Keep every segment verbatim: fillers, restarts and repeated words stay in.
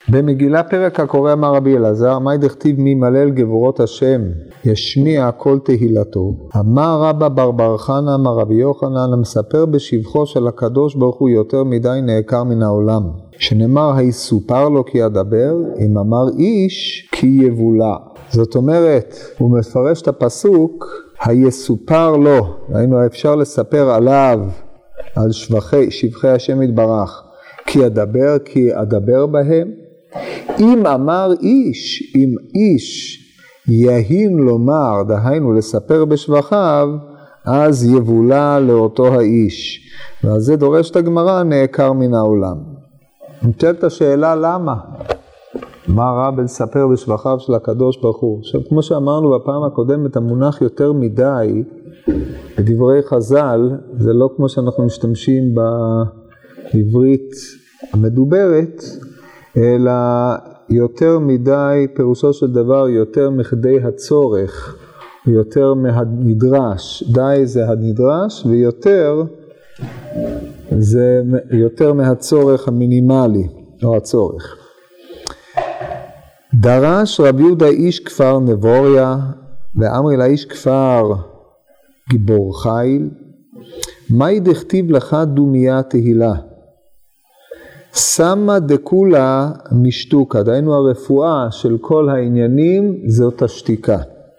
במגילה פרק הקורא אמר רבי אלעזר, מה דכתיב מי מלל גבורות השם, ישמיע כל תהילתו. אמר רבא בר בר חנא, אמר רבי יוחנן, המספר בשבחו של הקדוש ברוך הוא יותר מדי נעקר מן העולם. שנאמר, היסופר לו כי אדבר, אם אמר איש כי יבולע. זאת אומרת, הוא מפרש את הפסוק, היסופר לו, היינו אפשר לספר עליו, על שבחי, שבחי השם יתברך, כי אדבר, כי אדבר בהם. אם אמר איש, אם איש יהין לומר, דהיינו לספר בשבחיו, אז יבולע לאותו האיש. ועל זה דורשת הגמרא, נעקר מן העולם. נשאלת השאלה למה? מה רע בלספר בשבחיו של הקדוש ברוך הוא? עכשיו, כמו שאמרנו בפעם הקודמת, המונח יותר מדי, בדברי חז"ל, זה לא כמו שאנחנו משתמשים בעברית המדוברת, אלא יותר מדי, פירושו של דבר, יותר מכדי הצורך, יותר מהנדרש. די זה הנדרש, ויותר זה יותר מהצורך המינימלי, או הצורך. דרש רבי יהודה איש כפר נבוריה, ואמרי לאיש כפר גיבור חיל, מהי דכתיב לך דומיה תהילה? שמה דקולה משתוקה, דהיינו הרפואה של כל העניינים זאת השתיקה.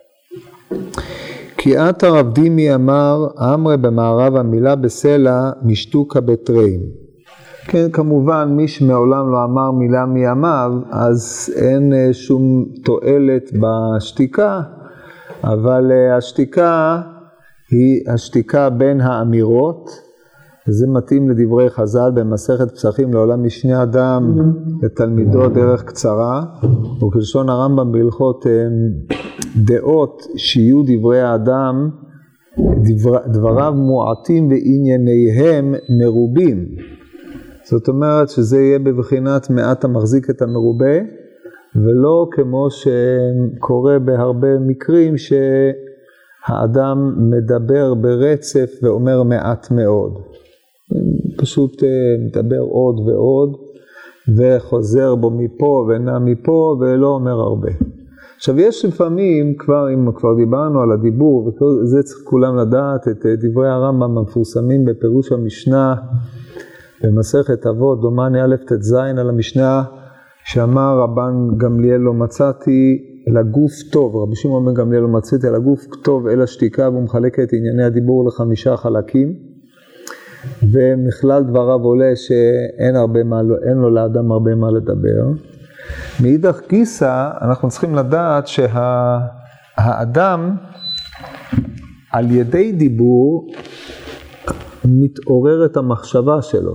כי את הרב דימי אמר, אמרה במערב המילה בסלע משתוקה בתראים. כן, כמובן מי שמעולם לא אמר מילה מימיו, אז אין שום תועלת בשתיקה, אבל השתיקה היא השתיקה בין האמירות, וזה מתאים לדברי חז"ל במסכת פסחים, לעולם משנה אדם לתלמידו דרך קצרה, וכלשון הרמב"ם בהלכות דעות שיהיו דברי האדם, דבר, דבריו מועטים וענייניהם מרובים. זאת אומרת שזה יהיה בבחינת מעט המחזיק את המרובה, ולא כמו שקורה בהרבה מקרים שהאדם מדבר ברצף ואומר מעט מאוד. פשוט מדבר עוד ועוד, וחוזר בו מפה ונע מפה, ולא אומר הרבה. עכשיו יש לפעמים, כבר אם כבר דיברנו על הדיבור, וזה צריך כולם לדעת, את דברי הרמב"ם המפורסמים בפירוש המשנה, במסכת אבות, דומני א' ת' ז' על המשנה, שאמר רבן גמליאל לא מצאתי לגוף טוב, רבי שמעון בן גמליאל לא מצאתי לגוף טוב אלא שתיקה, והוא מחלק את ענייני הדיבור לחמישה חלקים, ומכלל דבריו עולה שאין הרבה מה, אין לו לאדם הרבה מה לדבר. מאידך גיסא אנחנו צריכים לדעת שהאדם על ידי דיבור מתעוררת המחשבה שלו.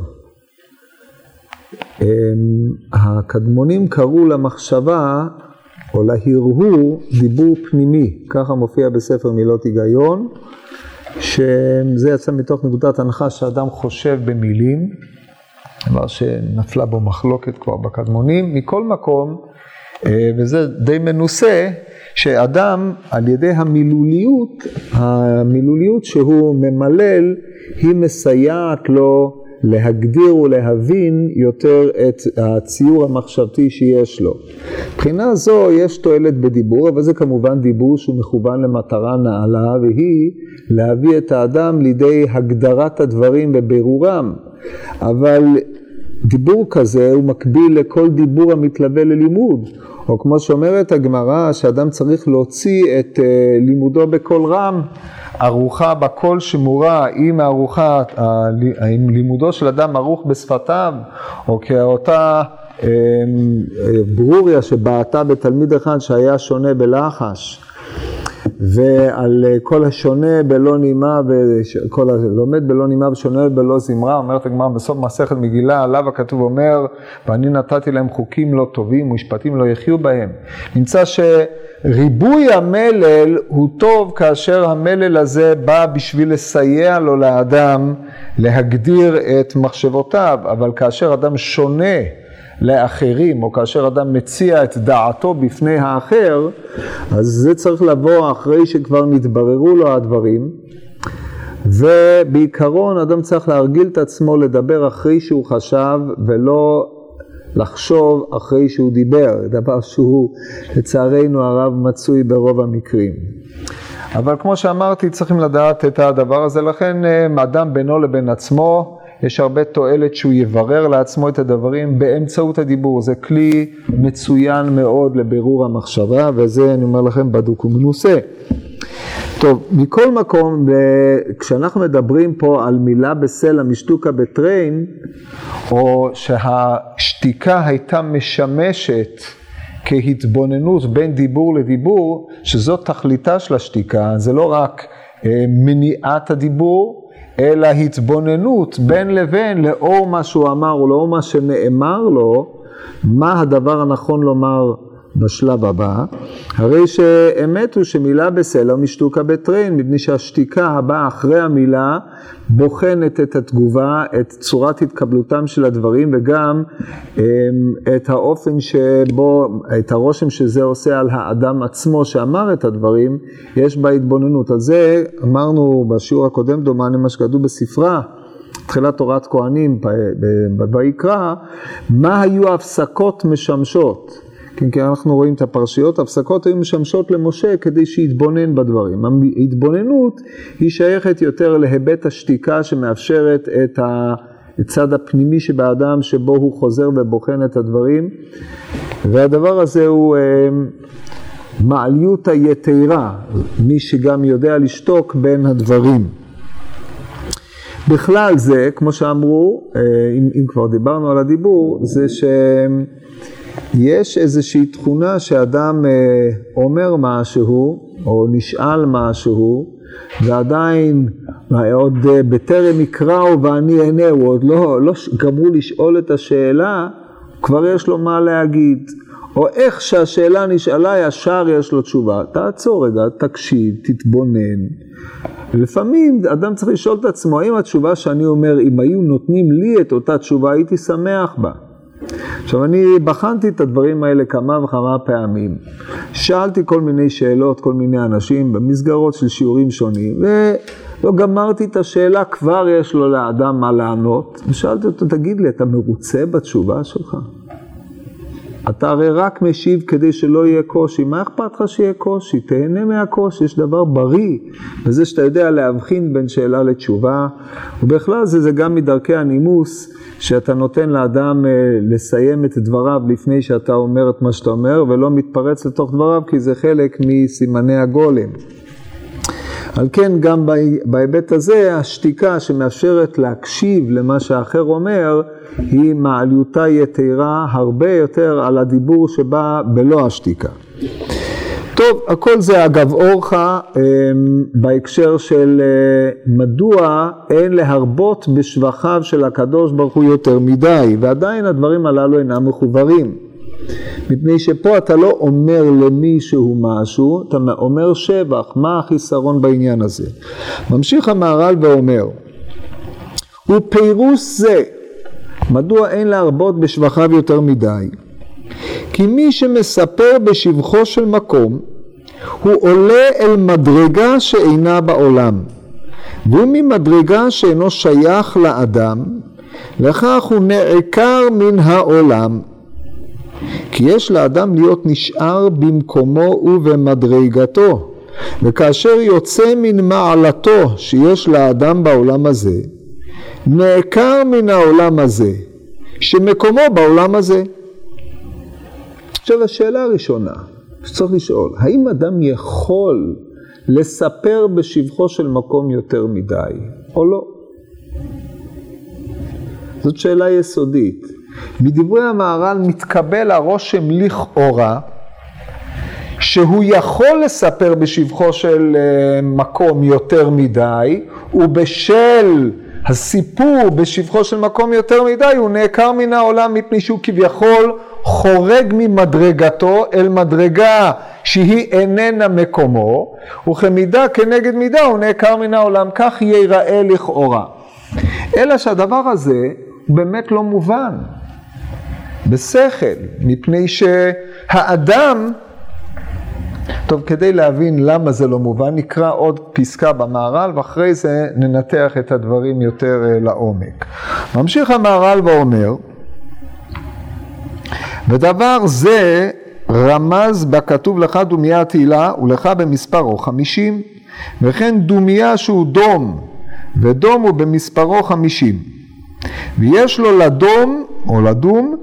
הקדמונים קראו למחשבה או להרהור דיבור פנימי, ככה מופיע בספר מילות היגיון, שזה יצא מתוך נקודת הנחה שאדם חושב במילים, דבר שנפלה בו מחלוקת כבר בקדמונים, מכל מקום, וזה די מנוסה, שאדם על ידי המילוליות, המילוליות שהוא ממלל, היא מסייעת לו להגדיר ולהבין יותר את הציור המחשבתי שיש לו. מבחינה זו יש תועלת בדיבור, אבל זה כמובן דיבור שהוא מכוון למטרה נעלה, והיא להביא את האדם לידי הגדרת הדברים ובירורם. אבל דיבור כזה הוא מקביל לכל דיבור המתלווה ללימוד, או כמו שאומרת הגמרא, שאדם צריך להוציא את לימודו בקול רם, ארוחה בקול שמורה, אם הארוחה, אם לימודו של אדם ערוך בשפתיו, או כאותה ברוריה שבעתה בתלמיד אחד שהיה שונה בלחש, ועל כל השונה בלא נימה, וכל הלומד בלא נימה ושונה בלא זמרה, אומרת הגמרא בסוף מסכת מגילה, עליו הכתוב אומר, ואני נתתי להם חוקים לא טובים ומשפטים לא יחיו בהם. נמצא שריבוי המלל הוא טוב כאשר המלל הזה בא בשביל לסייע לו לאדם להגדיר את מחשבותיו, אבל כאשר אדם שונה לאחרים, או כאשר אדם מציע את דעתו בפני האחר, אז זה צריך לבוא אחרי שכבר נתבררו לו הדברים, ובעיקרון אדם צריך להרגיל את עצמו לדבר אחרי שהוא חשב, ולא לחשוב אחרי שהוא דיבר, דבר שהוא לצערנו הרב מצוי ברוב המקרים. אבל כמו שאמרתי, צריכים לדעת את הדבר הזה, לכן אדם בינו לבין עצמו, יש הרבה תועלת שהוא יברר לעצמו את הדברים באמצעות הדיבור. זה כלי מצוין מאוד לבירור המחשבה, וזה אני אומר לכם בדוק ומנוסה. טוב, מכל מקום, כשאנחנו מדברים פה על מילה בסלע משתוקה בתרין, או שהשתיקה הייתה משמשת כהתבוננות בין דיבור לדיבור, שזאת תכליתה של השתיקה, זה לא רק מניעת הדיבור, אלא התבוננות בין לבין לאור מה שהוא אמר או לאור מה שנאמר לו, מה הדבר הנכון לומר בשלב הבא. הרי שאמת הוא שמילה בסלע משתוקה בתרין, מפני שהשתיקה הבאה אחרי המילה בוחנת את התגובה, את צורת התקבלותם של הדברים, וגם את האופן שבו, את הרושם שזה עושה על האדם עצמו שאמר את הדברים, יש בה התבוננות. על זה אמרנו בשיעור הקודם דומני מה שכתוב בספרה, תחילת תורת כהנים בויקרא, מה היו הפסקות משמשות? כן, כי אנחנו רואים את הפרשיות, הפסקות היו משמשות למשה כדי שיתבונן בדברים. ההתבוננות היא שייכת יותר להיבט השתיקה שמאפשרת את הצד הפנימי שבאדם שבו הוא חוזר ובוחן את הדברים. והדבר הזה הוא מעליות היתרה, מי שגם יודע לשתוק בין הדברים. בכלל זה, כמו שאמרו, אם, אם כבר דיברנו על הדיבור, זה ש... יש איזושהי תכונה שאדם אומר משהו או נשאל משהו ועדיין עוד בטרם יקראו ואני אענה, הוא עוד לא, לא גמרו לשאול את השאלה, כבר יש לו מה להגיד. או איך שהשאלה נשאלה ישר יש לו תשובה. תעצור רגע, תקשיב, תתבונן. לפעמים אדם צריך לשאול את עצמו, האם התשובה שאני אומר, אם היו נותנים לי את אותה תשובה הייתי שמח בה. עכשיו אני בחנתי את הדברים האלה כמה וכמה פעמים, שאלתי כל מיני שאלות, כל מיני אנשים במסגרות של שיעורים שונים, ולא גמרתי את השאלה, כבר יש לו לאדם מה לענות, ושאלתי אותו, תגיד לי, אתה מרוצה בתשובה שלך? אתה הרי רק משיב כדי שלא יהיה קושי, מה אכפת לך שיהיה קושי? תהנה מהקושי, יש דבר בריא, וזה שאתה יודע להבחין בין שאלה לתשובה, ובכלל זה, זה גם מדרכי הנימוס, שאתה נותן לאדם לסיים את דבריו לפני שאתה אומר את מה שאתה אומר, ולא מתפרץ לתוך דבריו, כי זה חלק מסימני הגולם. על כן גם בהיבט הזה, השתיקה שמאפשרת להקשיב למה שהאחר אומר, היא מעליותה יתרה הרבה יותר על הדיבור שבא בלא השתיקה. טוב, הכל זה אגב אורחה בהקשר של מדוע אין להרבות בשבחיו של הקדוש ברוך הוא יותר מדי, ועדיין הדברים הללו אינם מחוברים. מפני שפה אתה לא אומר למישהו משהו, אתה אומר שבח, מה החיסרון בעניין הזה? ממשיך המהר"ל ואומר, ופירוש זה, מדוע אין להרבות בשבחיו יותר מדי? כי מי שמספר בשבחו של מקום, הוא עולה אל מדרגה שאינה בעולם, והוא ממדרגה שאינו שייך לאדם, לכך הוא נעקר מן העולם. כי יש לאדם להיות נשאר במקומו ובמדרגתו, וכאשר יוצא מן מעלתו שיש לאדם בעולם הזה, נעקר מן העולם הזה, שמקומו בעולם הזה. עכשיו השאלה הראשונה שצריך לשאול, האם אדם יכול לספר בשבחו של מקום יותר מדי או לא? זאת שאלה יסודית. מדברי המהר"ל מתקבל הרושם לכאורה שהוא יכול לספר בשבחו של מקום יותר מדי, ובשל הסיפור בשבחו של מקום יותר מדי הוא נעקר מן העולם, מפני שהוא כביכול חורג ממדרגתו אל מדרגה שהיא איננה מקומו, וכמידה כנגד מידה הוא נעקר מן העולם. כך ייראה לכאורה. אלא שהדבר הזה הוא באמת לא מובן בשכל, מפני שהאדם, טוב, כדי להבין למה זה לא מובן, נקרא עוד פסקה במהר"ל, ואחרי זה ננתח את הדברים יותר לעומק. ממשיך המהר"ל ואומר, ודבר זה רמז בכתוב לך דומיה תהילה ולך במספרו חמישים, וכן דומיה שהוא דום, ודום הוא במספרו חמישים. ויש לו לדום או לדום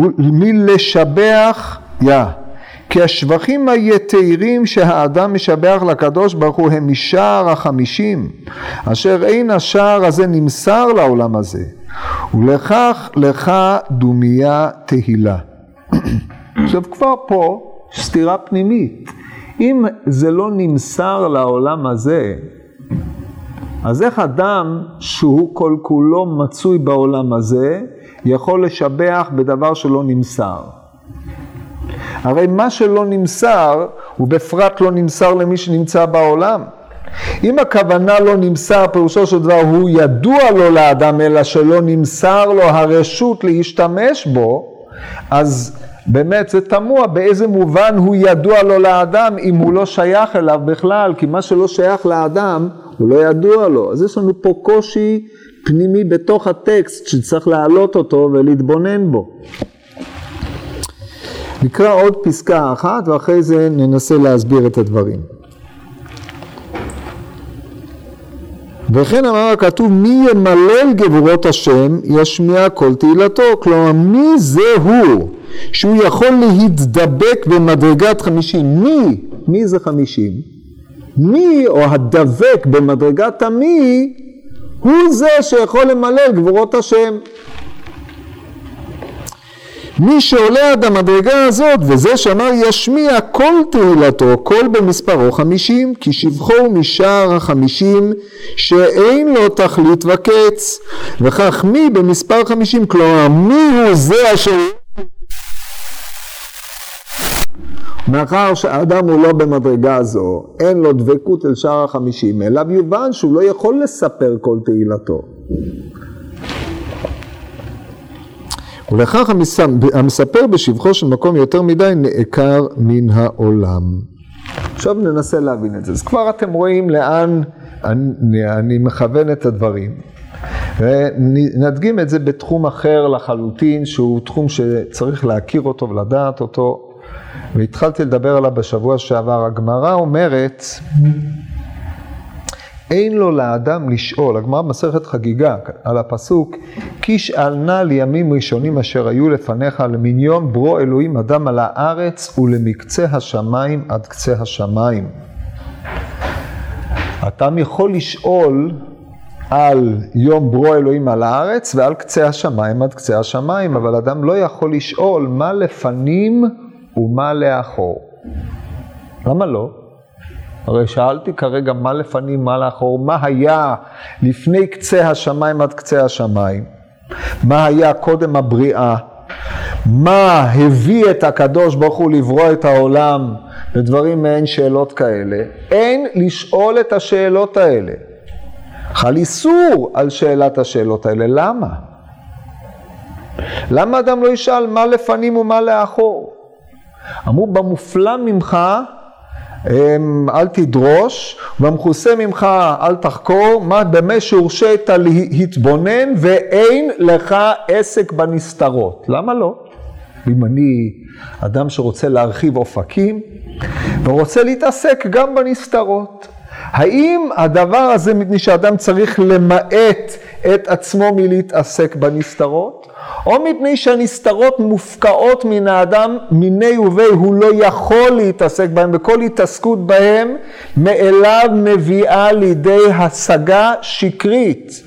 מלשבח יה. כי השבחים היתרים שהאדם משבח לקדוש ברוך הוא הם משער החמישים, אשר אין השער הזה נמסר לעולם הזה, ולכך לך דומיה תהילה. עכשיו כבר פה סתירה פנימית. אם זה לא נמסר לעולם הזה, אז איך אדם שהוא כל כולו מצוי בעולם הזה יכול לשבח בדבר שלא נמסר? הרי מה שלא נמסר הוא בפרט לא נמסר למי שנמצא בעולם. אם הכוונה לא נמסר, פירושו של דבר הוא ידוע לו לאדם, אלא שלא נמסר לו הרשות להשתמש בו, אז באמת זה תמוה באיזה מובן הוא ידוע לו לאדם אם הוא לא שייך אליו בכלל, כי מה שלא שייך לאדם הוא לא ידוע לו. אז יש לנו פה קושי פנימי בתוך הטקסט שצריך להעלות אותו ולהתבונן בו. נקרא עוד פסקה אחת ואחרי זה ננסה להסביר את הדברים. וכן אמר הכתוב, מי ימלל גבורות השם ישמיע כל תהילתו. כלומר, מי זה הוא שהוא יכול להתדבק במדרגת חמישים? מי? מי זה חמישים? מי או הדבק במדרגת המי הוא זה שיכול למלל גבורות השם. מי שעולה עד המדרגה הזאת, וזה שאמר ישמיע כל תהילתו, כל במספרו חמישים, כי שבחו משער החמישים, שאין לו תכלית וקץ, וכך מי במספר חמישים, כלומר מי הוא זה אשר... מאחר שהאדם הוא לא במדרגה הזו, אין לו דבקות אל שער החמישים, אליו יובן שהוא לא יכול לספר כל תהילתו. ולכך המספר בשבחו של מקום יותר מדי נעקר מן העולם. עכשיו ננסה להבין את זה. אז כבר אתם רואים לאן אני, אני מכוון את הדברים. ונדגים את זה בתחום אחר לחלוטין, שהוא תחום שצריך להכיר אותו ולדעת אותו. והתחלתי לדבר עליו בשבוע שעבר. הגמרא אומרת, אין לו לאדם לשאול, הגמרא במסכת חגיגה על הפסוק, כי שאלנה לימים ראשונים אשר היו לפניך למניון ברוא אלוהים אדם על הארץ ולמקצה השמיים עד קצה השמיים. אתה יכול לשאול על יום ברוא אלוהים על הארץ ועל קצה השמיים עד קצה השמיים, אבל אדם לא יכול לשאול מה לפנים ומה לאחור. למה לא? הרי שאלתי כרגע מה לפנים, מה לאחור, מה היה לפני קצה השמיים עד קצה השמיים, מה היה קודם הבריאה, מה הביא את הקדוש ברוך הוא לברוא את העולם, ודברים מעין שאלות כאלה. אין לשאול את השאלות האלה. חל איסור על שאלת השאלות האלה. למה? למה אדם לא ישאל מה לפנים ומה לאחור? אמרו במופלא ממך אל תדרוש, במכוסה ממך אל תחקור, מה במה שהורשית להתבונן ואין לך עסק בנסתרות. למה לא? אם אני אדם שרוצה להרחיב אופקים ורוצה להתעסק גם בנסתרות, האם הדבר הזה מפני שאדם צריך למעט את עצמו מלהתעסק בנסתרות? או מפני שהנסתרות מופקעות מן האדם מיני ובי, הוא לא יכול להתעסק בהם, וכל התעסקות בהם מאליו מביאה לידי השגה שקרית.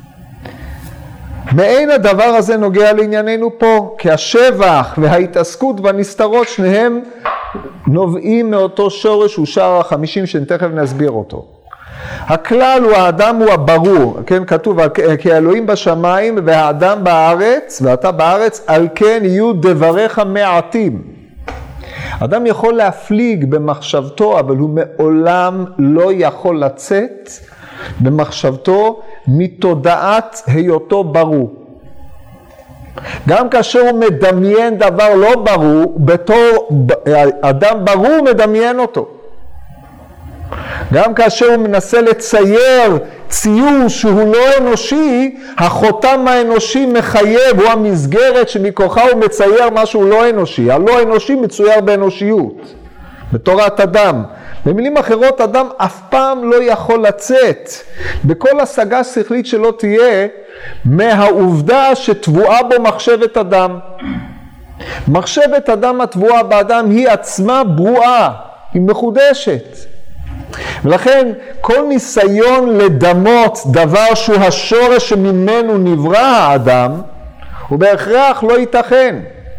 מעין הדבר הזה נוגע לענייננו פה, כי השבח וההתעסקות בנסתרות שניהם נובעים מאותו שורש הוא שער החמישים שתכף נסביר אותו. הכלל הוא האדם הוא הברור, כן, כתוב כי האלוהים בשמיים והאדם בארץ ואתה בארץ, על כן יהיו דבריך מעטים. אדם יכול להפליג במחשבתו, אבל הוא מעולם לא יכול לצאת במחשבתו מתודעת היותו ברור. גם כאשר הוא מדמיין דבר לא ברור, בתור אדם ברור מדמיין אותו. גם כאשר הוא מנסה לצייר ציור שהוא לא אנושי, החותם האנושי מחייב, הוא המסגרת שמכוחה הוא מצייר משהו לא אנושי. הלא אנושי מצויר באנושיות, בתורת אדם. במילים אחרות, אדם אף פעם לא יכול לצאת בכל השגה שכלית שלא תהיה מהעובדה שטבועה בו מחשבת אדם. מחשבת אדם הטבועה באדם היא עצמה ברואה, היא מחודשת. ולכן כל ניסיון לדמות דבר שהוא השורש שממנו נברא האדם, הוא בהכרח לא ייתכן.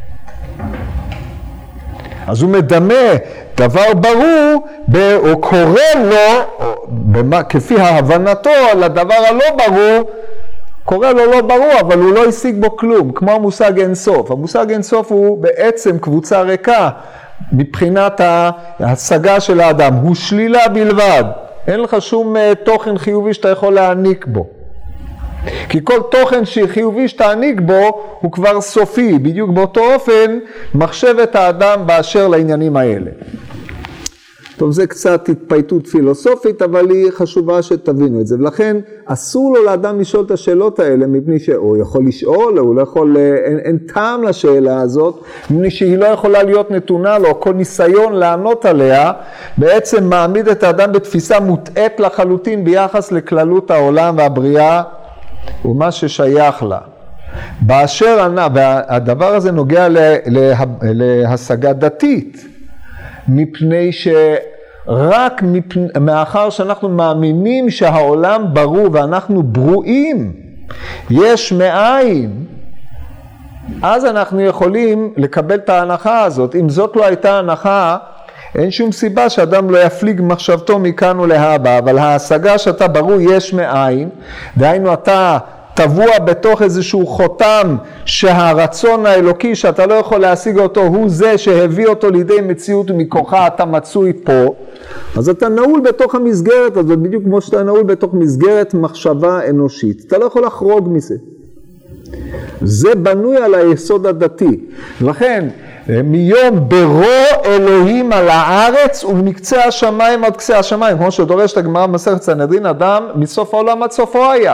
אז הוא מדמה דבר ברור, או קורא לו, כפי ההבנתו, לדבר הלא ברור, קורא לו לא ברור, אבל הוא לא השיג בו כלום, כמו המושג אינסוף. המושג אינסוף הוא בעצם קבוצה ריקה, מבחינת ההשגה של האדם, הוא שלילה בלבד. אין לך שום תוכן חיובי שאתה יכול להעניק בו. כי כל תוכן שחיובי שתעניק בו הוא כבר סופי, בדיוק באותו אופן מחשבת האדם באשר לעניינים האלה. טוב, זה קצת התפייטות פילוסופית, אבל היא חשובה שתבינו את זה. ולכן אסור לו לאדם לשאול את השאלות האלה, מפני שהוא יכול לשאול, הוא לא יכול, אין, אין טעם לשאלה הזאת, מפני שהיא לא יכולה להיות נתונה לו, כל ניסיון לענות עליה, בעצם מעמיד את האדם בתפיסה מוטעת לחלוטין ביחס לכללות העולם והבריאה, ומה ששייך לה. באשר והדבר הזה נוגע לה, להשגה דתית, מפני שרק מפני, מאחר שאנחנו מאמינים שהעולם ברור ואנחנו ברואים, יש מאין, אז אנחנו יכולים לקבל את ההנחה הזאת. אם זאת לא הייתה הנחה, אין שום סיבה שאדם לא יפליג מחשבתו מכאן ולהבא, אבל ההשגה שאתה ברור יש מאין, דהיינו אתה טבוע בתוך איזשהו חותם שהרצון האלוקי שאתה לא יכול להשיג אותו הוא זה שהביא אותו לידי מציאות ומכוחה אתה מצוי פה, אז אתה נעול בתוך המסגרת הזאת, בדיוק כמו שאתה נעול בתוך מסגרת מחשבה אנושית, אתה לא יכול לחרוג מזה. זה בנוי על היסוד הדתי. לכן מיום ברוא אלוהים על הארץ ומקצה השמיים עד קצה השמיים, כמו שדורשת הגמרא במסכת סנהדרין, אדם מסוף העולם עד סופו היה.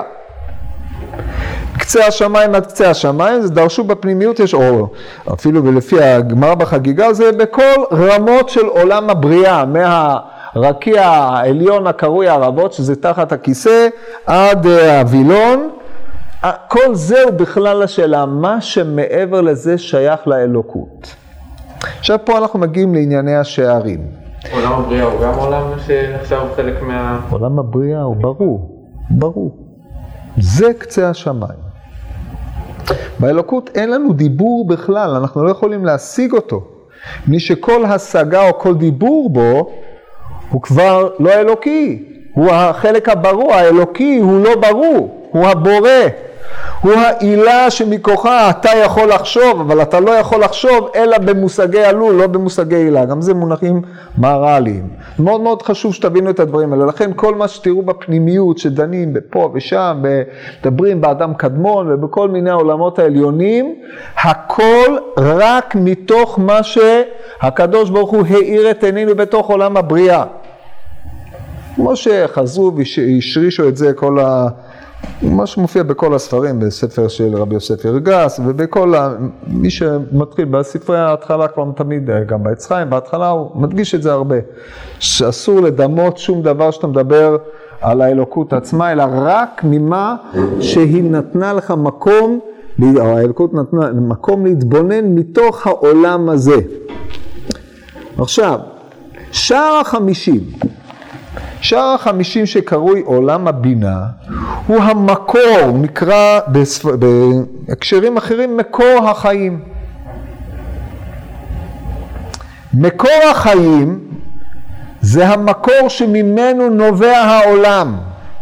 קצה השמיים עד קצה השמיים, זה דרשו בפנימיות, יש אור, אפילו ולפי הגמרא בחגיגה, זה בכל רמות של עולם הבריאה, מהרקיע העליון הקרוי הערבות, שזה תחת הכיסא, עד הווילון, כל זה הוא בכלל השאלה, מה שמעבר לזה שייך לאלוקות. עכשיו פה אנחנו מגיעים לענייני השערים. עולם הבריאה הוא גם עולם שנחשב חלק מה... עולם הבריאה הוא ברור, ברור. זה קצה השמיים. באלוקות אין לנו דיבור בכלל, אנחנו לא יכולים להשיג אותו. מי שכל השגה או כל דיבור בו, הוא כבר לא אלוקי. הוא החלק הברור, האלוקי הוא לא ברור, הוא הבורא. הוא העילה שמכוחה אתה יכול לחשוב, אבל אתה לא יכול לחשוב אלא במושגי עלול, לא במושגי עילה. גם זה מונחים מערליים. מאוד מאוד חשוב שתבינו את הדברים האלה. לכן כל מה שתראו בפנימיות שדנים בפה ושם, מדברים באדם קדמון ובכל מיני העולמות העליונים, הכל רק מתוך מה שהקדוש ברוך הוא האיר את עינינו בתוך עולם הבריאה. כמו שחזרו והשרישו את זה כל ה... מה שמופיע בכל הספרים, בספר של רבי יוסף ירגס, ובכל ה... מי שמתחיל בספרי ההתחלה כבר תמיד, גם בעץ חיים, בהתחלה הוא מדגיש את זה הרבה. שאסור לדמות שום דבר שאתה מדבר על האלוקות עצמה, אלא רק ממה שהיא נתנה לך מקום, האלוקות נתנה מקום להתבונן מתוך העולם הזה. עכשיו, שער החמישים. שער החמישים שקרוי עולם הבינה, הוא המקור, נקרא בספ... בהקשרים אחרים מקור החיים. מקור החיים זה המקור שממנו נובע העולם.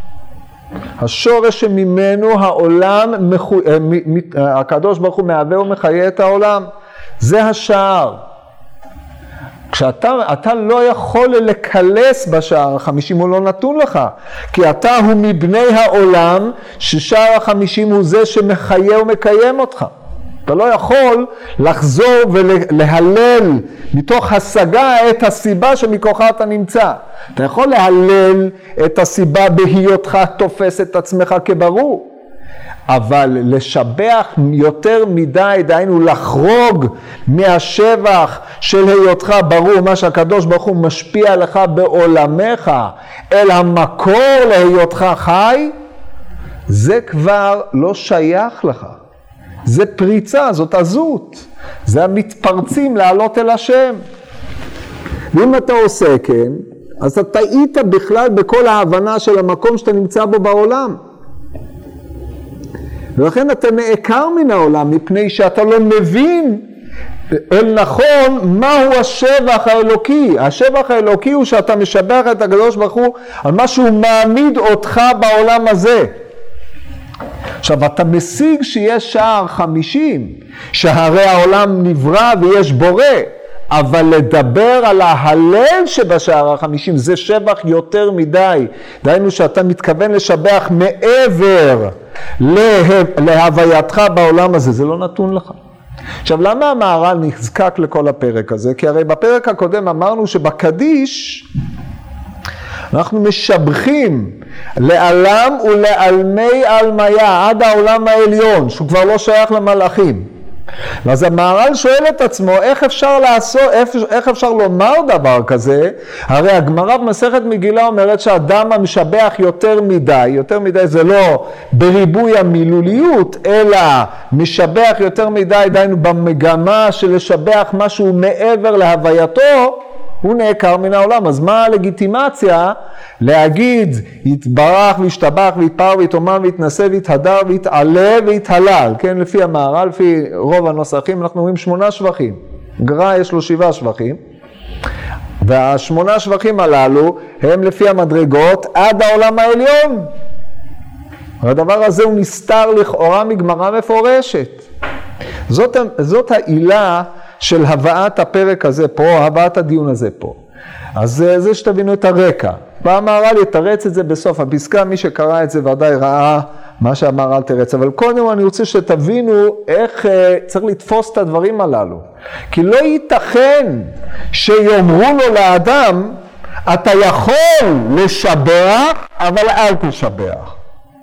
השורש שממנו העולם, מחו... הקדוש ברוך הוא מהווה ומחיה את העולם. זה השער. כשאתה אתה לא יכול לקלס בשער החמישים, הוא לא נתון לך. כי אתה הוא מבני העולם, ששער החמישים הוא זה שמחיה ומקיים אותך. אתה לא יכול לחזור ולהלל מתוך השגה את הסיבה שמכוחה אתה נמצא. אתה יכול להלל את הסיבה בהיותך תופס את עצמך כברור. אבל לשבח יותר מדי, דהיינו לחרוג מהשבח של היותך ברור, מה שהקדוש ברוך הוא משפיע לך בעולמך, אל המקור להיותך חי, זה כבר לא שייך לך. זה פריצה, זאת עזות. זה המתפרצים לעלות אל השם. ואם אתה עושה כן, אז אתה טעית בכלל בכל ההבנה של המקום שאתה נמצא בו בעולם. ולכן אתה נעקר מן העולם, מפני שאתה לא מבין אל נכון מהו השבח האלוקי. השבח האלוקי הוא שאתה משבח את הקדוש ברוך הוא על מה שהוא מעמיד אותך בעולם הזה. עכשיו אתה משיג שיש שער חמישים, שהרי העולם נברא ויש בורא, אבל לדבר על ההלל שבשער החמישים זה שבח יותר מדי. דהיינו שאתה מתכוון לשבח מעבר לה... להווייתך בעולם הזה, זה לא נתון לך. עכשיו למה המהר"ל נזקק לכל הפרק הזה? כי הרי בפרק הקודם אמרנו שבקדיש אנחנו משבחים לעלם ולעלמי עלמיה עד העולם העליון, שהוא כבר לא שייך למלאכים. אז המהר"ל שואל את עצמו, איך אפשר לעשות, איך אפשר לומר דבר כזה? הרי הגמרא במסכת מגילה אומרת שהאדם המשבח יותר מדי, יותר מדי זה לא בריבוי המילוליות, אלא משבח יותר מדי, דיינו במגמה של לשבח משהו מעבר להווייתו, הוא נעקר מן העולם. אז מה הלגיטימציה להגיד יתברך וישתבח ויתפאר ויתאמן ויתנשא ויתהדר ויתעלה ויתהלל? כן, לפי המהר"ל, לפי רוב הנוסחים אנחנו אומרים שמונה שבחים. גר"א יש לו שבעה שבחים, והשמונה שבחים הללו הם לפי המדרגות עד העולם העליון. והדבר הזה הוא נסתר לכאורה מגמרא מפורשת. זאת, זאת העילה של הבאת הפרק הזה פה, הבאת הדיון הזה פה. אז זה שתבינו את הרקע. והמהר"ל יתרץ את זה בסוף הפסקה, מי שקרא את זה ודאי ראה מה שהמהר"ל תרץ. אבל קודם אני רוצה שתבינו איך צריך לתפוס את הדברים הללו. כי לא ייתכן שיאמרו לו לאדם, אתה יכול לשבח, אבל אל תשבח.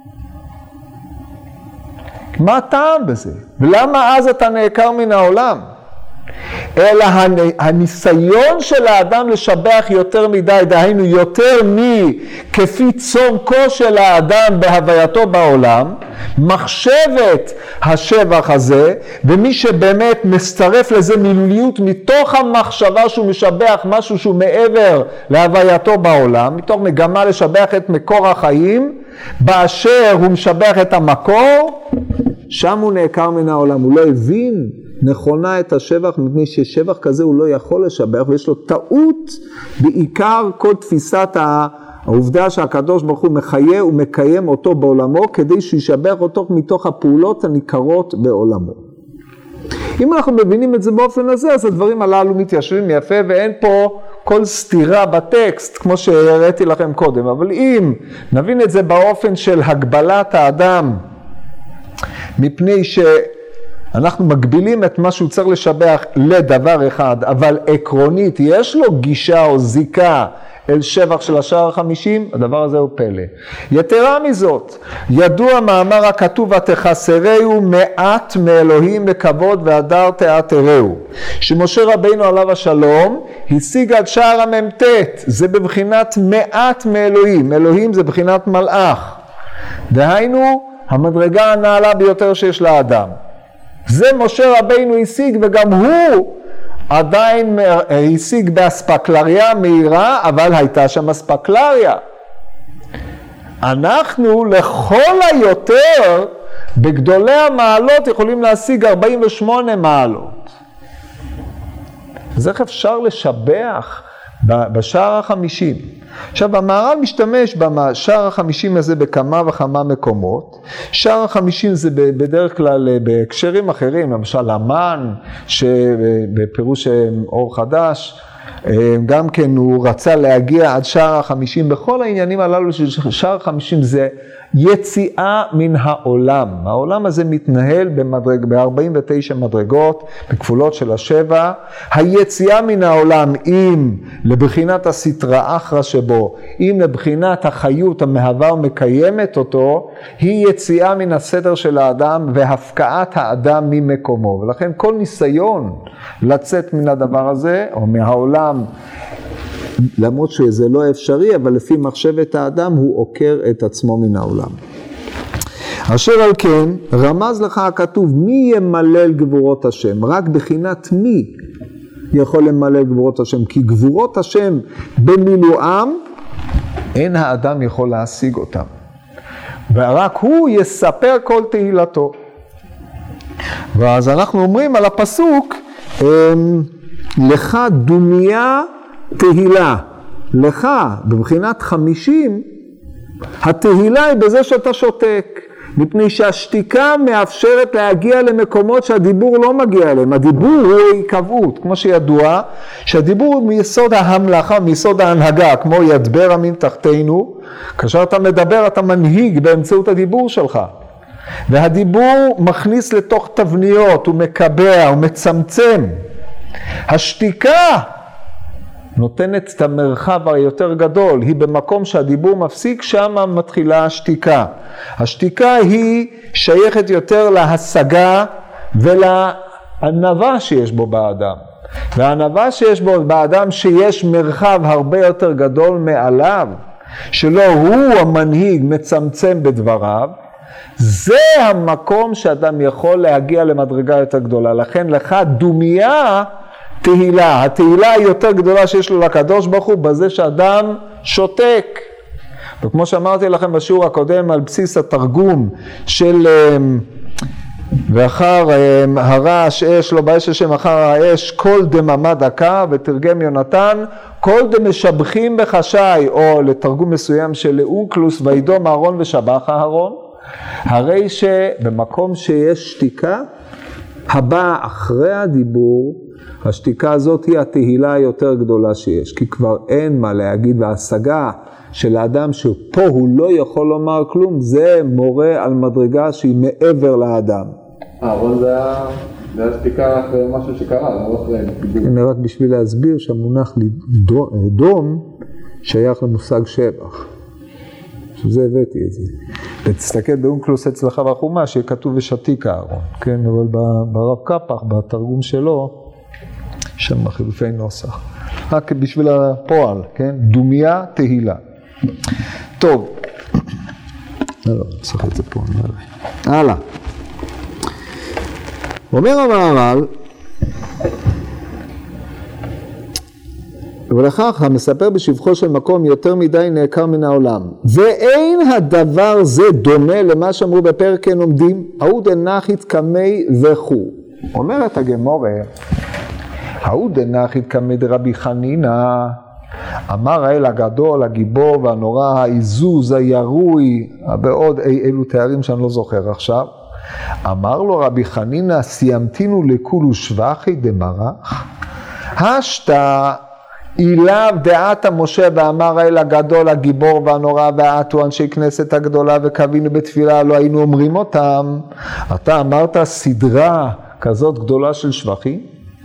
מה הטעם בזה? ולמה אז אתה נעקר מן העולם? אלא הניסיון של האדם לשבח יותר מדי, דהיינו יותר מכפי צורכו של האדם בהווייתו בעולם, מחשבת השבח הזה, ומי שבאמת מצטרף לזה מילוליות מתוך המחשבה שהוא משבח משהו שהוא מעבר להווייתו בעולם, מתוך מגמה לשבח את מקור החיים, באשר הוא משבח את המקור, שם הוא נעקר מן העולם. הוא לא הבין נכונה את השבח, מפני ששבח כזה הוא לא יכול לשבח, ויש לו טעות בעיקר כל תפיסת העובדה שהקדוש ברוך הוא מחיה ומקיים אותו בעולמו, כדי שישבח אותו מתוך הפעולות הניכרות בעולמו. אם אנחנו מבינים את זה באופן הזה, אז הדברים הללו מתיישבים יפה, ואין פה כל סתירה בטקסט, כמו שהראיתי לכם קודם. אבל אם נבין את זה באופן של הגבלת האדם, מפני שאנחנו מגבילים את מה שהוא צריך לשבח לדבר אחד, אבל עקרונית יש לו גישה או זיקה אל שבח של השער החמישים, הדבר הזה הוא פלא. יתרה מזאת, ידוע מאמר הכתוב, ותחסרהו מעט מאלוהים לכבוד והדר תאתרהו, שמשה רבינו עליו השלום השיג עד שער המ"ט, זה בבחינת מעט מאלוהים, אלוהים זה בבחינת מלאך, דהיינו המדרגה הנעלה ביותר שיש לאדם. זה משה רבינו השיג, וגם הוא עדיין השיג באספקלריה מהירה, אבל הייתה שם אספקלריה. אנחנו לכל היותר בגדולי המעלות יכולים להשיג ארבעים ושמונה מעלות. אז איך אפשר לשבח בשער החמישים? עכשיו המהר"ל משתמש בשער החמישים הזה בכמה וכמה מקומות. שער החמישים זה בדרך כלל בהקשרים אחרים, למשל המן שבפירוש אור חדש, גם כן הוא רצה להגיע עד שער החמישים, בכל העניינים הללו של שער החמישים זה יציאה מן העולם. העולם הזה מתנהל במדרג, ב-ארבעים ותשע מדרגות, בכפולות של השבע. היציאה מן העולם, אם לבחינת הסטרא אחרא שבו, אם לבחינת החיות המהווה ומקיימת אותו, היא יציאה מן הסדר של האדם והפקעת האדם ממקומו. ולכן כל ניסיון לצאת מן הדבר הזה, או מהעולם, למרות שזה לא אפשרי, אבל לפי מחשבת האדם הוא עוקר את עצמו מן העולם. אשר על כן, רמז לך הכתוב, מי ימלל גבורות השם? רק בחינת מי יכול למלל גבורות השם? כי גבורות השם במילואם, אין האדם יכול להשיג אותם. ורק הוא יספר כל תהילתו. ואז אנחנו אומרים על הפסוק, לך דומיה תהילה, לך בבחינת חמישים, התהילה היא בזה שאתה שותק, מפני שהשתיקה מאפשרת להגיע למקומות שהדיבור לא מגיע אליהם. הדיבור הוא עיקבות, כמו שידוע, שהדיבור הוא מיסוד ההמלכה, מיסוד ההנהגה, כמו ידבר עמים תחתינו. כאשר אתה מדבר, אתה מנהיג באמצעות הדיבור שלך. והדיבור מכניס לתוך תבניות, הוא מקבע, הוא מצמצם. השתיקה נותנת את המרחב היותר גדול, היא במקום שהדיבור מפסיק, שם מתחילה השתיקה. השתיקה היא שייכת יותר להשגה ולענווה שיש בו באדם. והענווה שיש בו באדם שיש מרחב הרבה יותר גדול מעליו, שלא הוא המנהיג מצמצם בדבריו, זה המקום שאדם יכול להגיע למדרגה יותר גדולה. לכן לך דומיה תהילה, התהילה היא יותר גדולה שיש לו לקדוש ברוך הוא בזה שאדם שותק. וכמו שאמרתי לכם בשיעור הקודם על בסיס התרגום של ואחר הרעש אש לא באש השם אחר האש כל דממה דקה, ותרגם יונתן כל דמשבחים בחשאי, או לתרגום מסוים של אונקלוס וידום אהרון ושבח אהרון. הרי שבמקום שיש שתיקה, הבא אחרי הדיבור, השתיקה הזאת היא התהילה היותר גדולה שיש, כי כבר אין מה להגיד, וההשגה של האדם שפה הוא לא יכול לומר כלום, זה מורה על מדרגה שהיא מעבר לאדם. אהרון זה היה שתיקה אחרי משהו שקרה, לא אחרי דיבור. הנה רק בשביל להסביר שהמונח דום שייך למושג שבח. שזה הבאתי את זה. ותסתכל באונקלוס אצלך בחומה שיהיה כתוב ושתיק אהרון, כן? אבל ברב קפח, בתרגום שלו, שם חילופי נוסח. רק בשביל הפועל, כן? דומיה תהילה. טוב. לא, צריך את זה פה. הלאה. אומר המהר"ל, ולכך המספר בשבחו של מקום יותר מדי נעקר מן העולם. ואין הדבר זה דומה למה שאמרו בפרק כן עומדים, ההוא דנחית קמי וכו. אומרת הגמורה, ההוא דנחית קמי דרבי חנינא, אמר האל הגדול, הגיבור והנורא, העיזוז, הירוי, בעוד אי אלו תארים שאני לא זוכר עכשיו. אמר לו רבי חנינא, סיימתינו לכולו שבחי דמרח, השתה אליו דעת המשה ואמר האל הגדול, הגיבור והנורא, ועתו אנשי כנסת הגדולה וקווינו בתפילה, לא היינו אומרים אותם. אתה אמרת סדרה כזאת גדולה של שבחים?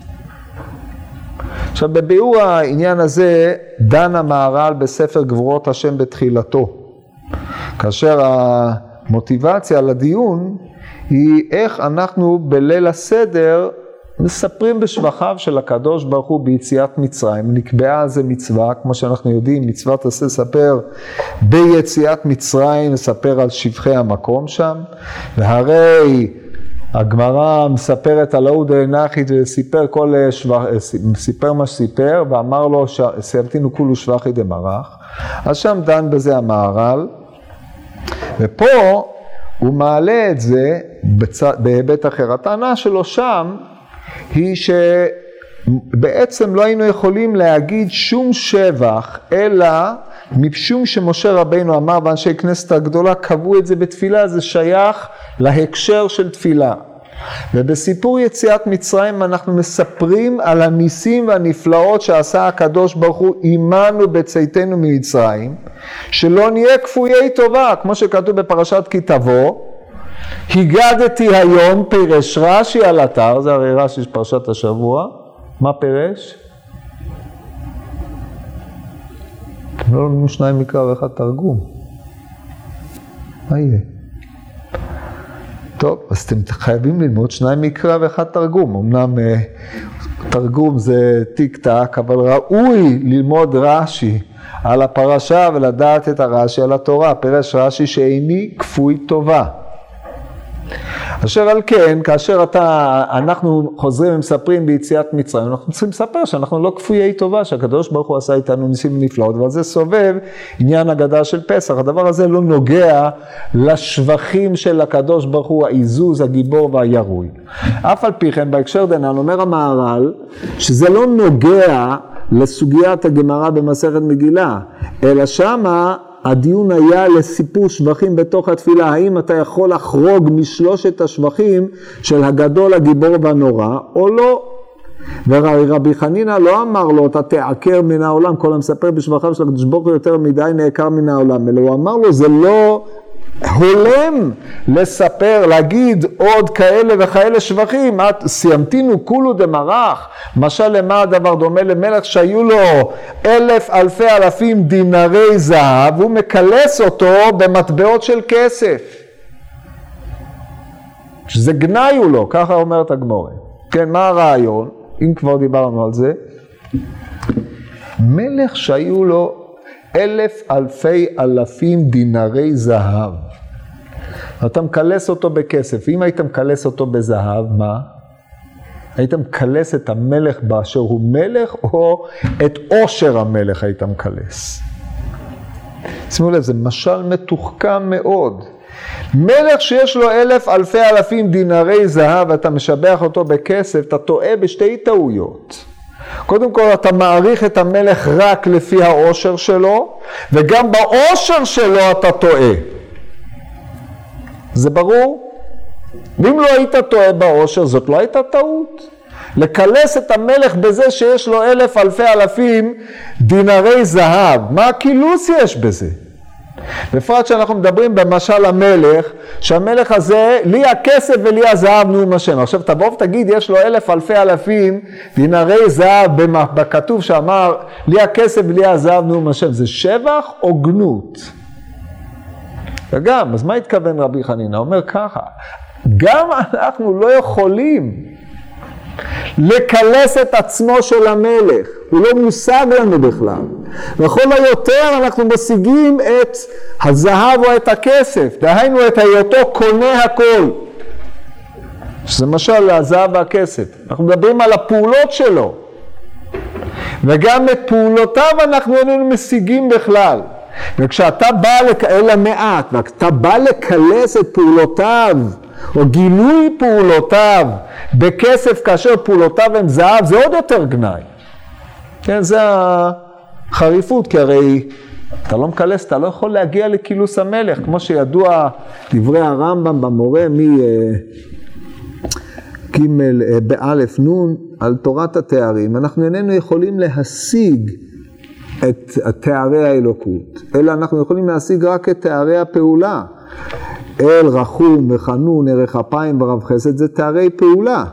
עכשיו בביאור העניין הזה דן המהר"ל בספר גבורות השם בתחילתו, כאשר המוטיבציה לדיון היא איך אנחנו בליל הסדר מספרים בשבחיו של הקדוש ברוך הוא ביציאת מצרים. נקבעה זה מצווה, כמו שאנחנו יודעים, מצוות עשה ספר ביציאת מצרים, מספר על שבחי המקום שם, והרי הגמרא מספרת על ההוא דנחית וסיפר כל שבח, סיפר מה שסיפר, ואמר לו סיימתינו כולו שבחי דמרח. אז שם דן בזה המהר"ל, ופה הוא מעלה את זה בצד, בהיבט אחר. הטענה שלו שם היא שבעצם לא היינו יכולים להגיד שום שבח, אלא משום שמשה רבינו אמר ואנשי כנסת הגדולה קבעו את זה בתפילה, זה שייך להקשר של תפילה. ובסיפור יציאת מצרים אנחנו מספרים על הניסים והנפלאות שעשה הקדוש ברוך הוא עמנו בצאתנו ממצרים, שלא נהיה כפויי טובה, כמו שכתוב בפרשת כי תבוא, הגדתי היום, פירש רש"י על אתר, זה הרי רש"י של פרשת השבוע, מה פירש? לא לומדים שניים מקרא ואחד תרגום. מה יהיה? טוב, אז אתם חייבים ללמוד שניים מקרא ואחד תרגום. אמנם תרגום זה טיק טק, אבל ראוי ללמוד רש"י על הפרשה ולדעת את הרש"י על התורה. פירש רש"י שאיני כפוי טובה. אשר על כן, כאשר אתה, אנחנו חוזרים ומספרים ביציאת מצרים, אנחנו צריכים לספר שאנחנו לא כפויי טובה, שהקדוש ברוך הוא עשה איתנו ניסים ונפלאות, ועל זה סובב עניין הגדה של פסח. הדבר הזה לא נוגע לשבחים של הקדוש ברוך הוא, העיזוז, הגיבור והירוי. אף על פי כן, בהקשר דנן, אומר המהר"ל, שזה לא נוגע לסוגיית הגמרא במסכת מגילה, אלא שמה, הדיון היה לסיפור שבחים בתוך התפילה, האם אתה יכול לחרוג משלושת השבחים של הגדול, הגיבור והנורא, או לא. ורבי חנינא לא אמר לו, אתה תעקר מן העולם, כל המספר בשבחיו של הקדוש ברוך הוא יותר מדי נעקר מן העולם, אלא הוא אמר לו, זה לא הולם לספר, להגיד עוד כאלה וכאלה שבחים, סיימתינו כולו דמרח, משל למה הדבר דומה למלך שהיו לו אלף אלפי אלפים דינרי זהב, הוא מקלס אותו במטבעות של כסף, שזה גנאי הוא לו, ככה אומרת הגמרא. כן, מה הרעיון? אם כבר דיברנו על זה, מלך שהיו לו אלף אלפי אלפים דינרי זהב, אתה מקלס אותו בכסף. אם היית מקלס אותו בזהב, מה? היית מקלס את המלך באשר הוא מלך, או את עושר המלך היית מקלס? שימו לב, זה משל מתוחכם מאוד. מלך שיש לו אלף אלפי אלפים דינרי זהב, ואתה משבח אותו בכסף, אתה טועה בשתי טעויות. קודם כל, אתה מעריך את המלך רק לפי העושר שלו, וגם בעושר שלו אתה טועה. זה ברור? ואם לא היית טועה בעושר, זאת לא הייתה טעות. לקלס את המלך בזה שיש לו אלף אלפי אלפים דינרי זהב, מה הקילוס יש בזה? בפרט שאנחנו מדברים במשל המלך, שהמלך הזה, לי הכסף ולי הזהב נאום השם. עכשיו תבוא ותגיד, יש לו אלף אלפי אלפים דינרי זהב, בכתוב שאמר, לי הכסף ולי הזהב נאום השם. זה שבח או גנות? וגם, אז מה התכוון רבי חנינא? אומר ככה, גם אנחנו לא יכולים לקלס את עצמו של המלך, הוא לא מושג לנו בכלל. וכל היותר אנחנו משיגים את הזהב או את הכסף, דהיינו את היותו קונה הכל, שזה משל הזהב והכסף. אנחנו מדברים על הפעולות שלו, וגם את פעולותיו אנחנו איננו משיגים בכלל. וכשאתה בא אל המעט, ואתה בא לקלס את פעולותיו, או גילוי פעולותיו בכסף כאשר פעולותיו הם זהב, זה עוד יותר גנאי. כן, זה החריפות, כי הרי אתה לא מקלס, אתה לא יכול להגיע לקילוס המלך, כמו שידוע דברי הרמב"ם במורה מג' באלף נון על תורת התארים. אנחנו איננו יכולים להשיג את תארי האלוקות, אלא אנחנו יכולים להשיג רק את תארי הפעולה. אל, רחום וחנון, ערך אפיים ורב חסד, זה תארי פעולה.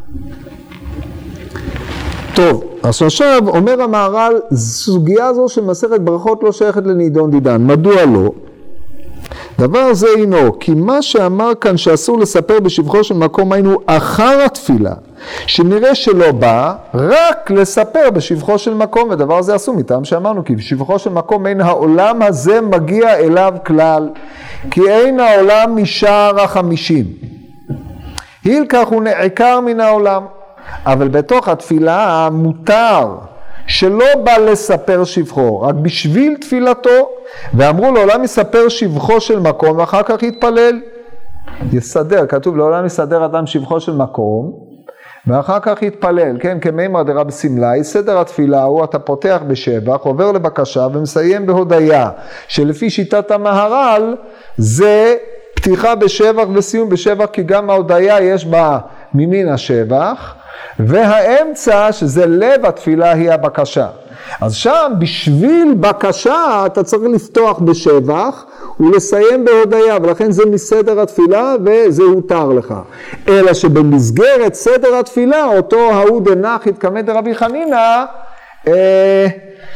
טוב, אז עכשיו אומר המהר"ל, סוגיה זו של מסכת ברכות לא שייכת לנידון דידן. מדוע לא? דבר זה אינו, כי מה שאמר כאן שאסור לספר בשבחו של מקום היינו אחר התפילה, שנראה שלא בא רק לספר בשבחו של מקום, ודבר זה אסור מטעם שאמרנו, כי בשבחו של מקום אין העולם הזה מגיע אליו כלל, כי אין העולם משער החמישים. הילקח הוא נעקר מן העולם, אבל בתוך התפילה מותר שלא בא לספר שבחו, רק בשביל תפילתו, ואמרו לעולם יספר שבחו של מקום, ואחר כך יתפלל. יסדר, כתוב לעולם יסדר אדם שבחו של מקום, ואחר כך יתפלל, כן, כמימר דרבי סמלי, סדר התפילה הוא, אתה פותח בשבח, עובר לבקשה ומסיים בהודיה, שלפי שיטת המהר"ל, זה פתיחה בשבח וסיום בשבח, כי גם ההודיה יש בה ממין השבח, והאמצע שזה לב התפילה היא הבקשה. אז שם בשביל בקשה אתה צריך לפתוח בשבח ולסיים בהודיה, ולכן זה מסדר התפילה וזה הותר לך. אלא שבמסגרת סדר התפילה אותו ההוא דנח התקמא דרבי חנינא אה,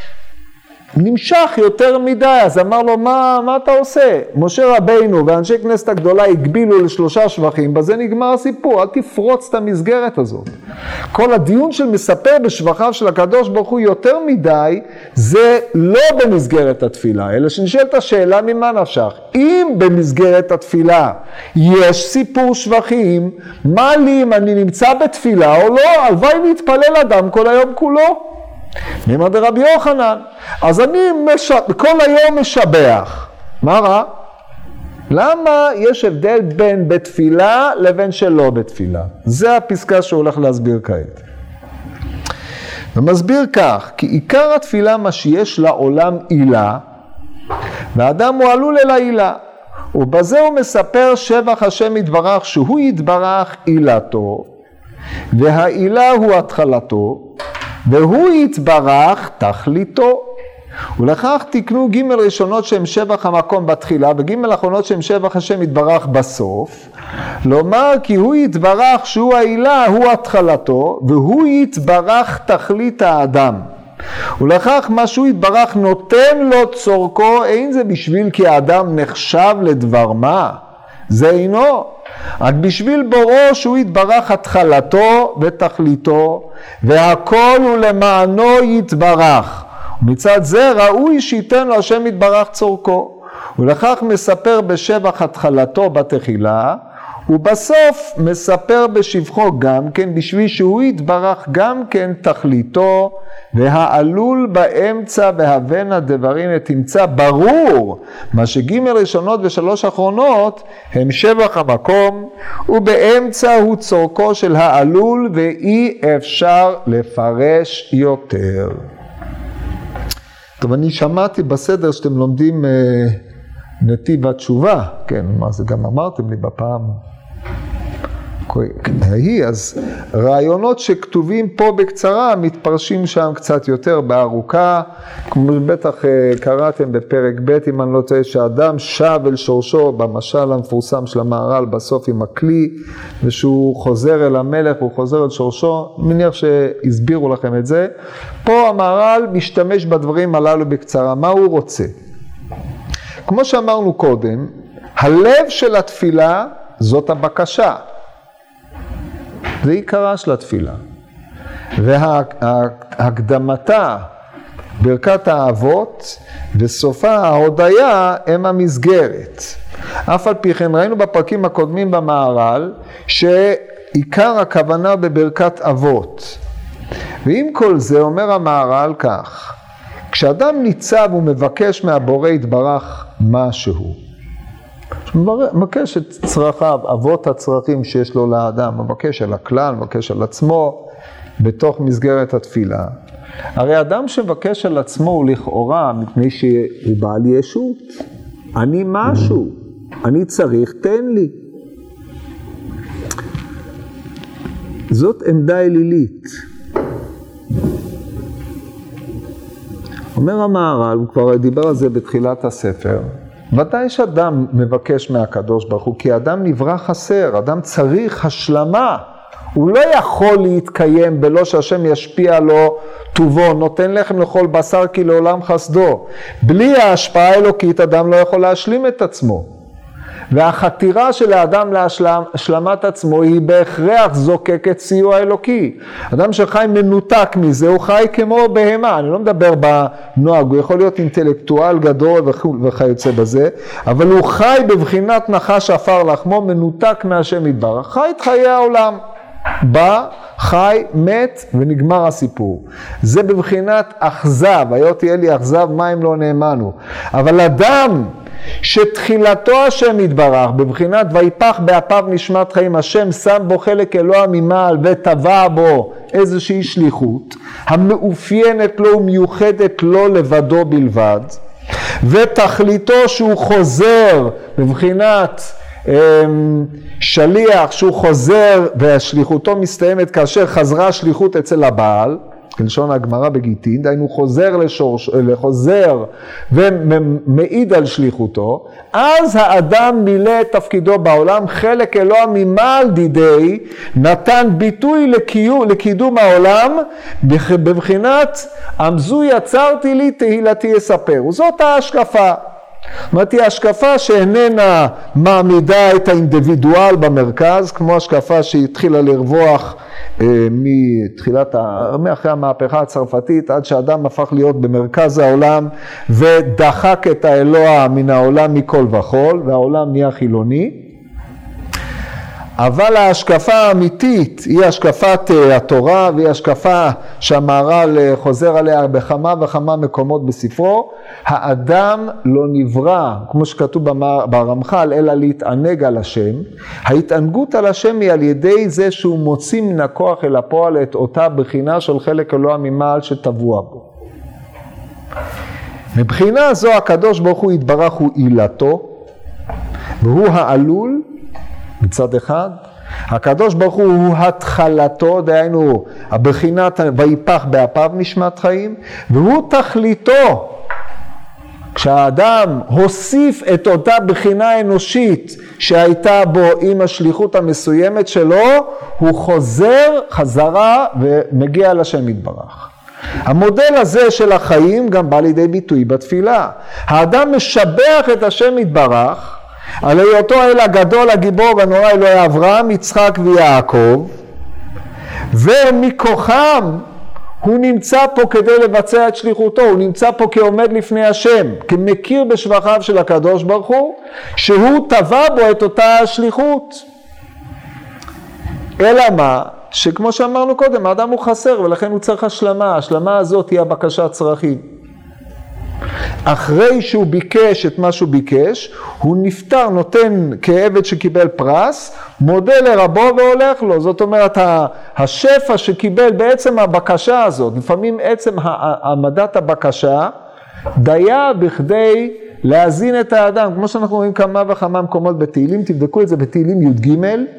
נמשך יותר מדי. אז אמר לו, מה, מה אתה עושה? משה רבינו ואנשי כנסת הגדולה הגבילו לשלושה שבחים, בזה נגמר הסיפור, אל תפרוץ את המסגרת הזאת. כל הדיון של מספר בשבחיו של הקדוש ברוך הוא יותר מדי, זה לא במסגרת התפילה, אלא שנשאלת השאלה ממה נפשך. אם במסגרת התפילה יש סיפור שבחים, מה לי אם אני נמצא בתפילה או לא? הלוואי להתפלל אדם כל היום כולו. מימא דרבי יוחנן. אז אני מש... כל היום משבח. מה רע? למה יש הבדל בין בתפילה לבין שלא בתפילה? זה הפסקה שהוא הולך להסביר כעת. ומסביר כך, כי עיקר התפילה מה שיש לעולם עילה, והאדם הוא עלול אל העילה. ובזה הוא מספר שבח השם יתברך שהוא יתברך עילתו, והעילה הוא התחלתו, והוא יתברך תכליתו. ולכך תקנו ג' ראשונות שהם שבח המקום בתחילה, וג' אחרונות שהם שבח השם יתברך בסוף. לומר כי הוא יתברך שהוא העילה, הוא התחלתו, והוא יתברך תכלית האדם. ולכך מה שהוא יתברך נותן לו צורכו, אין זה בשביל כי האדם נחשב לדבר מה, זה אינו. רק בשביל בורו שהוא יתברך התחלתו ותכליתו, והכל הוא למענו יתברך. מצד זה ראוי שייתן לו השם יתברך צורכו. ולכך מספר בשבח התחלתו בתחילה, ובסוף מספר בשבחו גם כן, בשביל שהוא יתברך גם כן תכליתו, והעלול באמצע והבן הדברים תמצא ברור, מה שג' ראשונות ושלוש אחרונות הם שבח המקום, ובאמצע הוא צורכו של העלול, ואי אפשר לפרש יותר. טוב, אני שמעתי בסדר שאתם לומדים אה, נתיב התשובה, כן, מה זה גם אמרתם לי בפעם ההיא, אז רעיונות שכתובים פה בקצרה מתפרשים שם קצת יותר בארוכה, כמו בטח קראתם בפרק ב' אם אני לא טועה, שאדם שב אל שורשו במשל המפורסם של המהר"ל בסוף עם הכלי, ושהוא חוזר אל המלך, הוא חוזר אל שורשו, מניח שהסבירו לכם את זה. פה המהר"ל משתמש בדברים הללו בקצרה. מה הוא רוצה? כמו שאמרנו קודם, הלב של התפילה זאת הבקשה. זה עיקרה של התפילה. והקדמתה, ברכת האבות, וסופה ההודיה הם המסגרת. אף על פי כן ראינו בפרקים הקודמים במהר"ל, שעיקר הכוונה בברכת אבות. ועם כל זה אומר המהר"ל כך, כשאדם ניצב ומבקש מהבורא יתברך משהו, מבקש את צרכיו, אבות הצרכים שיש לו לאדם, מבקש על הכלל, מבקש על עצמו, בתוך מסגרת התפילה. הרי אדם שמבקש על עצמו הוא לכאורה, מפני שהוא בעל ישות. אני משהו, אני צריך, תן לי. זאת עמדה אלילית. אומר המהר"ל, הוא כבר דיבר על זה בתחילת הספר, ודאי שאדם מבקש מהקדוש ברוך הוא, כי אדם נברא חסר, אדם צריך השלמה. הוא לא יכול להתקיים בלא שהשם ישפיע לו טובו, נותן לחם לכל בשר כי לעולם חסדו. בלי ההשפעה האלוקית אדם לא יכול להשלים את עצמו. והחתירה של האדם להשלמת עצמו היא בהכרח זוקקת סיוע אלוקי. אדם שחי מנותק מזה הוא חי כמו בהמה, אני לא מדבר בנוהג, הוא יכול להיות אינטלקטואל גדול וכיוצא בזה, אבל הוא חי בבחינת נחש עפר לחמו, מנותק מהשם יתברך, חי את חיי העולם. בא, חי, מת ונגמר הסיפור. זה בבחינת אכזב, היות תהיה לי אכזב מים לא נאמנו. אבל אדם שתחילתו השם יתברך, בבחינת ויפח באפיו נשמת חיים, השם שם בו חלק אלוה ממעל וטבע בו איזושהי שליחות, המאופיינת לו ומיוחדת לו לבדו בלבד, ותכליתו שהוא חוזר בבחינת שליח שהוא חוזר והשליחותו מסתיימת כאשר חזרה שליחות אצל הבעל, כלשון הגמרא בגיטין, דהיינו חוזר לשורש, לחוזר ומעיד על שליחותו, אז האדם מילא את תפקידו בעולם, חלק אלוה ממעל דידי, נתן ביטוי לקיום, לקידום העולם, בבחינת עמזו יצרתי לי תהילתי אספר. וזאת ההשקפה. זאת אומרת, היא השקפה שאיננה מעמידה את האינדיבידואל במרכז, כמו השקפה שהתחילה לרווח אה, מתחילת, מאחרי המהפכה הצרפתית, עד שאדם הפך להיות במרכז העולם ודחק את האלוה מן העולם מכל וכל, והעולם נהיה חילוני. אבל ההשקפה האמיתית היא השקפת התורה, והיא השקפה שהמהר"ל חוזר עליה בכמה וכמה מקומות בספרו. האדם לא נברא, כמו שכתוב ברמח"ל, אלא להתענג על השם. ההתענגות על השם היא על ידי זה שהוא מוציא מן הכוח אל הפועל את אותה בחינה של חלק אלוה ממעל שטבוע בו. מבחינה זו הקדוש ברוך הוא יתברך הוא עילתו, והוא העלול, מצד אחד, הקדוש ברוך הוא הוא התחלתו, דהיינו הבחינת ויפח באפיו נשמת חיים, והוא תכליתו. כשהאדם הוסיף את אותה בחינה אנושית שהייתה בו עם השליחות המסוימת שלו, הוא חוזר חזרה ומגיע לשם יתברך. המודל הזה של החיים גם בא לידי ביטוי בתפילה. האדם משבח את השם יתברך, על היותו האל הגדול, הגיבור והנורא אלוהי אברהם, יצחק ויעקב, ומכוחם הוא נמצא פה כדי לבצע את שליחותו, הוא נמצא פה כעומד לפני השם, כמכיר בשבחיו של הקדוש ברוך הוא, שהוא טבע בו את אותה השליחות. אלא מה? שכמו שאמרנו קודם, האדם הוא חסר ולכן הוא צריך השלמה, ההשלמה הזאת היא הבקשת צרכים. אחרי שהוא ביקש את מה שהוא ביקש, הוא נפטר, נותן כעבד שקיבל פרס, מודה לרבו והולך לו. זאת אומרת, השפע שקיבל בעצם הבקשה הזאת, לפעמים עצם העמדת הבקשה, דיה בכדי להזין את האדם, כמו שאנחנו רואים כמה וכמה מקומות בתהילים, תבדקו את זה בתהילים י"ג,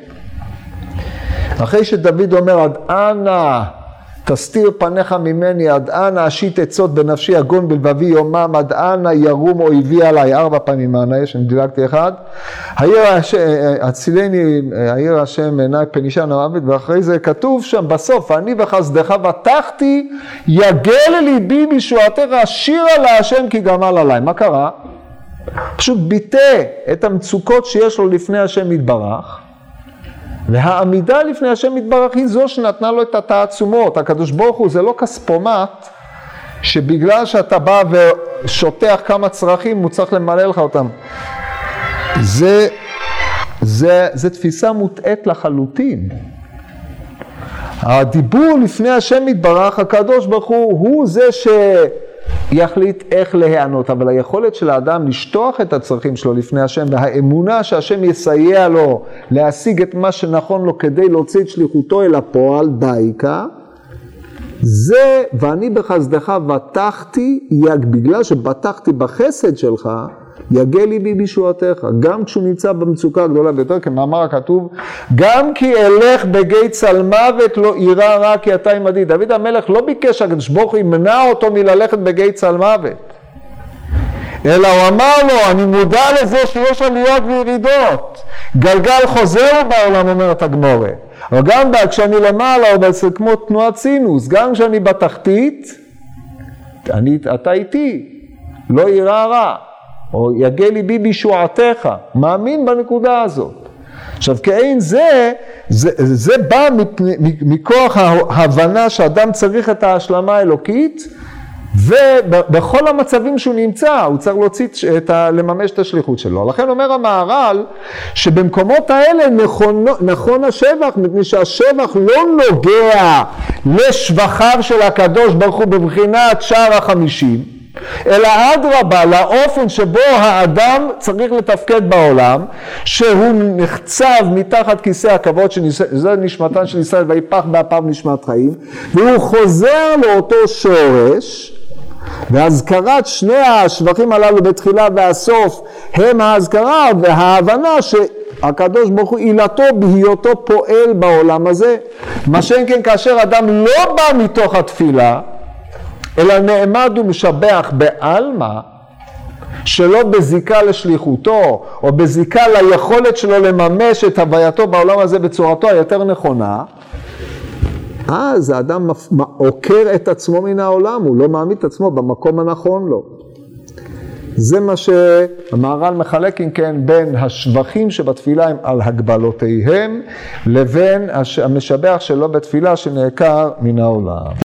אחרי שדוד אומר, עד אנה תסתיר פניך ממני, עד אנה אשית עצות בנפשי הגון בלבבי יומם, עד אנה ירום אויבי עליי, ארבע פעמים מענה, יש, אני דילגתי אחד, הצילני, העיר השם עיניי פן אישה נאוהבת, ואחרי זה כתוב שם בסוף, אני וחסדך בטחתי, יגל ליבי בישועתך, שירה להשם כי גמל עליי. מה קרה? פשוט ביטא את המצוקות שיש לו לפני השם יתברך, והעמידה לפני השם יתברך היא זו שנתנה לו את התעצומות. הקדוש ברוך הוא זה לא כספומט שבגלל שאתה בא ושוטח כמה צרכים הוא צריך למלא לך אותם. זה, זה, זה תפיסה מוטעת לחלוטין. הדיבור לפני השם יתברך, הקדוש ברוך הוא, הוא זה שיחליט איך להיענות, אבל היכולת של האדם לשטוח את הצרכים שלו לפני השם, והאמונה שהשם יסייע לו להשיג את מה שנכון לו כדי להוציא את שליחותו אל הפועל, דייקה, זה ואני בחסדך בטחתי, בגלל שבטחתי בחסד שלך, יגל ליבי בישועתך, גם כשהוא נמצא במצוקה הגדולה ביותר, כמאמר הכתוב, גם כי אלך בגיא צלמוות לא אירא רע כי אתה עמדי. דוד המלך לא ביקש שהקדוש ברוך הוא ימנע אותו מללכת בגיא צלמוות, אלא הוא אמר לו, אני מודע לזה שיש עליות וירידות, גלגל חוזר בעולם, אומרת הגמורה, אבל גם כשאני למעלה, זה כמו תנועת סינוס, גם כשאני בתחתית, אני, אתה איתי, לא אירא רע. או יגל ליבי בישועתך, מאמין בנקודה הזאת. עכשיו, כאין זה, זה, זה בא מכוח ההבנה שאדם צריך את ההשלמה האלוקית, ובכל המצבים שהוא נמצא, הוא צריך להוציא את ה, לממש את השליחות שלו. לכן אומר המהר"ל, שבמקומות האלה נכון, נכון השבח, מפני שהשבח לא נוגע לשבחיו של הקדוש ברוך הוא בבחינת שער החמישים, אלא אדרבה, לאופן שבו האדם צריך לתפקד בעולם, שהוא נחצב מתחת כיסא הכבוד, שזה נשמתן של ישראל, ויפח באפיו נשמת חיים, והוא חוזר לאותו שורש, והזכרת שני השבחים הללו בתחילה והסוף, הם ההזכרה וההבנה ש... הקדוש ברוך הוא עילתו בהיותו פועל בעולם הזה. מה שאין כן כאשר אדם לא בא מתוך התפילה, אלא נעמד ומשבח בעלמא, שלא בזיקה לשליחותו, או בזיקה ליכולת שלו לממש את הווייתו בעולם הזה בצורתו היותר נכונה, אז האדם עוקר את עצמו מן העולם, הוא לא מעמיד את עצמו במקום הנכון לו. זה מה שהמהר"ל מחלק אם כן בין השבחים שבתפילה הם על הגבלותיהם, לבין המשבח שלו בתפילה שנעקר מן העולם.